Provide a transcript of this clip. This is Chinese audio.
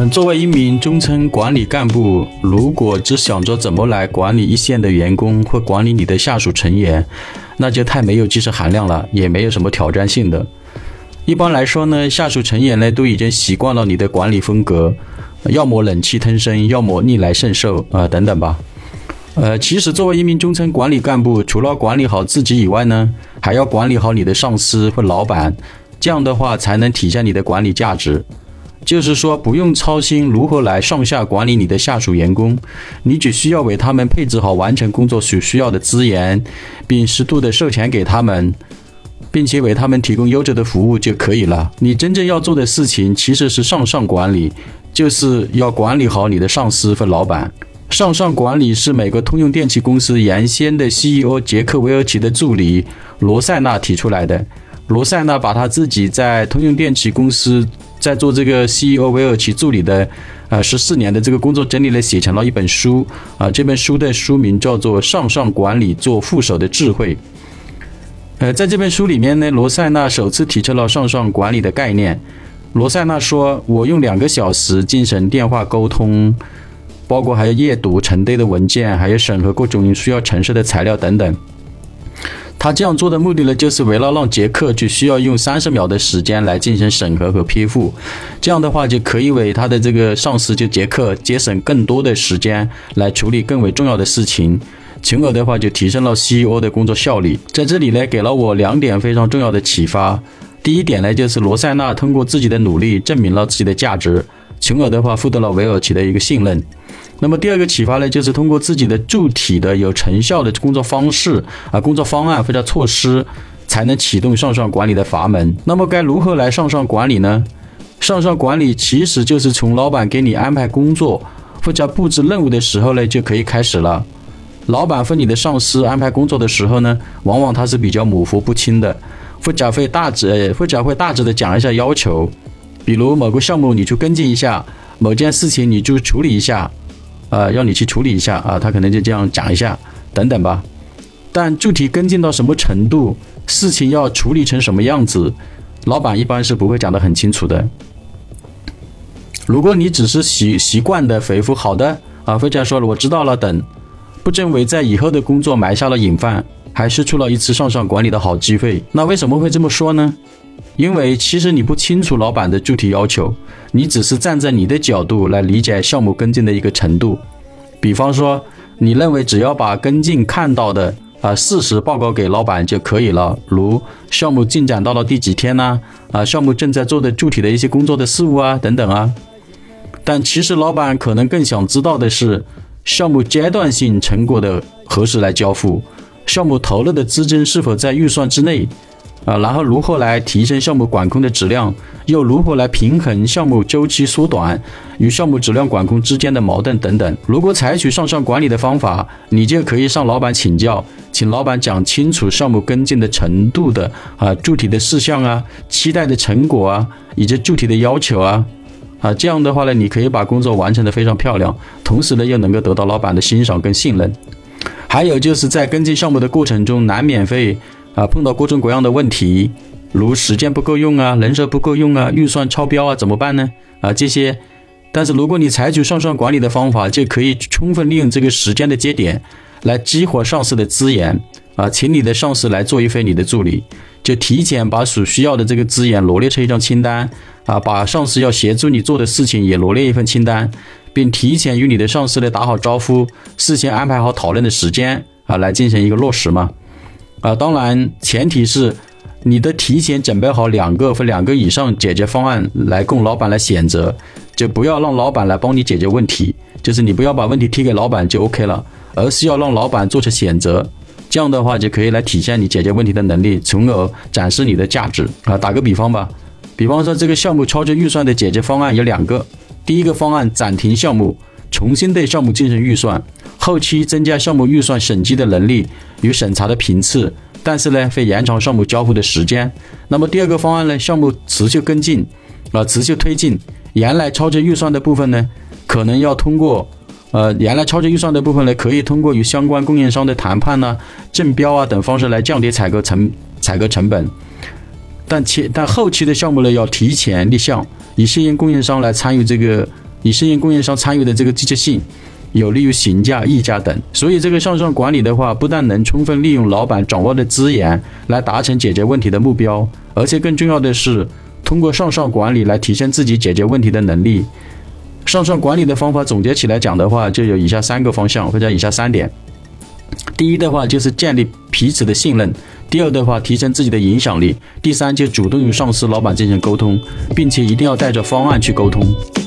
作为一名中层管理干部，如果只想着怎么来管理一线的员工或管理你的下属成员，那就太没有技术含量了，也没有什么挑战性的。一般来说呢，下属成员呢都已经习惯了你的管理风格，要么忍气吞声，要么逆来顺受等等吧。其实作为一名中层管理干部，除了管理好自己以外呢，还要管理好你的上司或老板，这样的话才能体现你的管理价值。就是说，不用操心如何来上下管理你的下属员工，你只需要为他们配置好完成工作所需要的资源，并适度的授权给他们，并且为他们提供优质的服务就可以了。你真正要做的事情其实是上上管理，就是要管理好你的上司和老板。上上管理是美国通用电气公司原先的 CEO 杰克韦尔奇的助理罗塞纳提出来的。罗塞纳把他自己在通用电气公司在做这个 CEO 韦尔奇助理的14年的这个工作整理呢，写成了一本书这本书的书名叫做《上上管理做副手的智慧》。在这本书里面呢，罗塞纳首次提出了上上管理的概念。罗塞纳说，我用2个小时进行电话沟通，包括还有阅读成堆的文件，还有审核各种需要陈设的材料等等。他这样做的目的呢，就是为了让杰克只需要用30秒的时间来进行审核和批复，这样的话就可以为他的这个上司就杰克节省更多的时间来处理更为重要的事情，从而的话就提升了 CEO 的工作效率。在这里呢，给了我2点非常重要的启发。第一点呢，就是罗塞纳通过自己的努力证明了自己的价值，从而的话获得了韦尔奇的一个信任。那么第二个启发呢，就是通过自己的具体的有成效的工作方式工作方案或者措施，才能启动上上管理的阀门。那么该如何来上上管理呢？上上管理其实就是从老板给你安排工作或者布置任务的时候呢，就可以开始了。老板和你的上司安排工作的时候呢，往往他是比较模糊不清的，或者会大致的讲一下要求，比如某个项目你去跟进一下，某件事情你就处理一下要你去处理一下他可能就这样讲一下等等吧。但具体跟进到什么程度，事情要处理成什么样子，老板一般是不会讲得很清楚的。如果你只是习惯的回复好的或者说了我知道了等，不正为在以后的工作埋下了隐患，还失去了一次上上管理的好机会。那为什么会这么说呢？因为其实你不清楚老板的具体要求，你只是站在你的角度来理解项目跟进的一个程度。比方说，你认为只要把跟进看到的事实报告给老板就可以了，如项目进展到了第几天呢？项目正在做的具体的一些工作的事务等等但其实老板可能更想知道的是，项目阶段性成果的何时来交付，项目投入的资金是否在预算之内然后如何来提升项目管控的质量，又如何来平衡项目周期缩短与项目质量管控之间的矛盾等等。如果采取上上管理的方法，你就可以向老板请教，请老板讲清楚项目跟进的程度的具体的事项期待的成果以及具体的要求这样的话呢，你可以把工作完成得非常漂亮，同时呢又能够得到老板的欣赏跟信任。还有就是在跟进项目的过程中，难免会碰到各种各样的问题，如时间不够用人手不够用预算超标怎么办呢这些。但是如果你采取上上管理的方法，就可以充分利用这个时间的节点来激活上司的资源请你的上司来做一回你的助理，就提前把所需要的这个资源罗列成一张清单把上司要协助你做的事情也罗列一份清单，并提前与你的上司来打好招呼，事先安排好讨论的时间来进行一个落实嘛。当然前提是你的提前准备好2个或2个以上解决方案来供老板来选择，就不要让老板来帮你解决问题，就是你不要把问题踢给老板就 OK 了，而是要让老板做出选择，这样的话就可以来体现你解决问题的能力，从而展示你的价值打个比方吧，比方说这个项目超支预算的解决方案有2个。第一个方案，暂停项目，重新对项目进行预算，后期增加项目预算审计的能力与审查的频次，但是呢会延长项目交付的时间。那么第二个方案呢，项目持续跟进持续推进，原来超支预算的部分呢，可能要通过原来超支预算的部分呢，可以通过与相关供应商的谈判竞标等方式来降低采购成本。但后期的项目呢，要提前立项，以吸引供应商来参与这个以适应供应商参与的这个积极性，有利于询价、议价等。所以这个向上管理的话，不但能充分利用老板掌握的资源来达成解决问题的目标，而且更重要的是，通过向上管理来提升自己解决问题的能力。向上管理的方法总结起来讲的话，就有以下3个方向，或者以下3点。第一的话就是建立彼此的信任，第二的话提升自己的影响力，第三就主动与上司、老板进行沟通，并且一定要带着方案去沟通。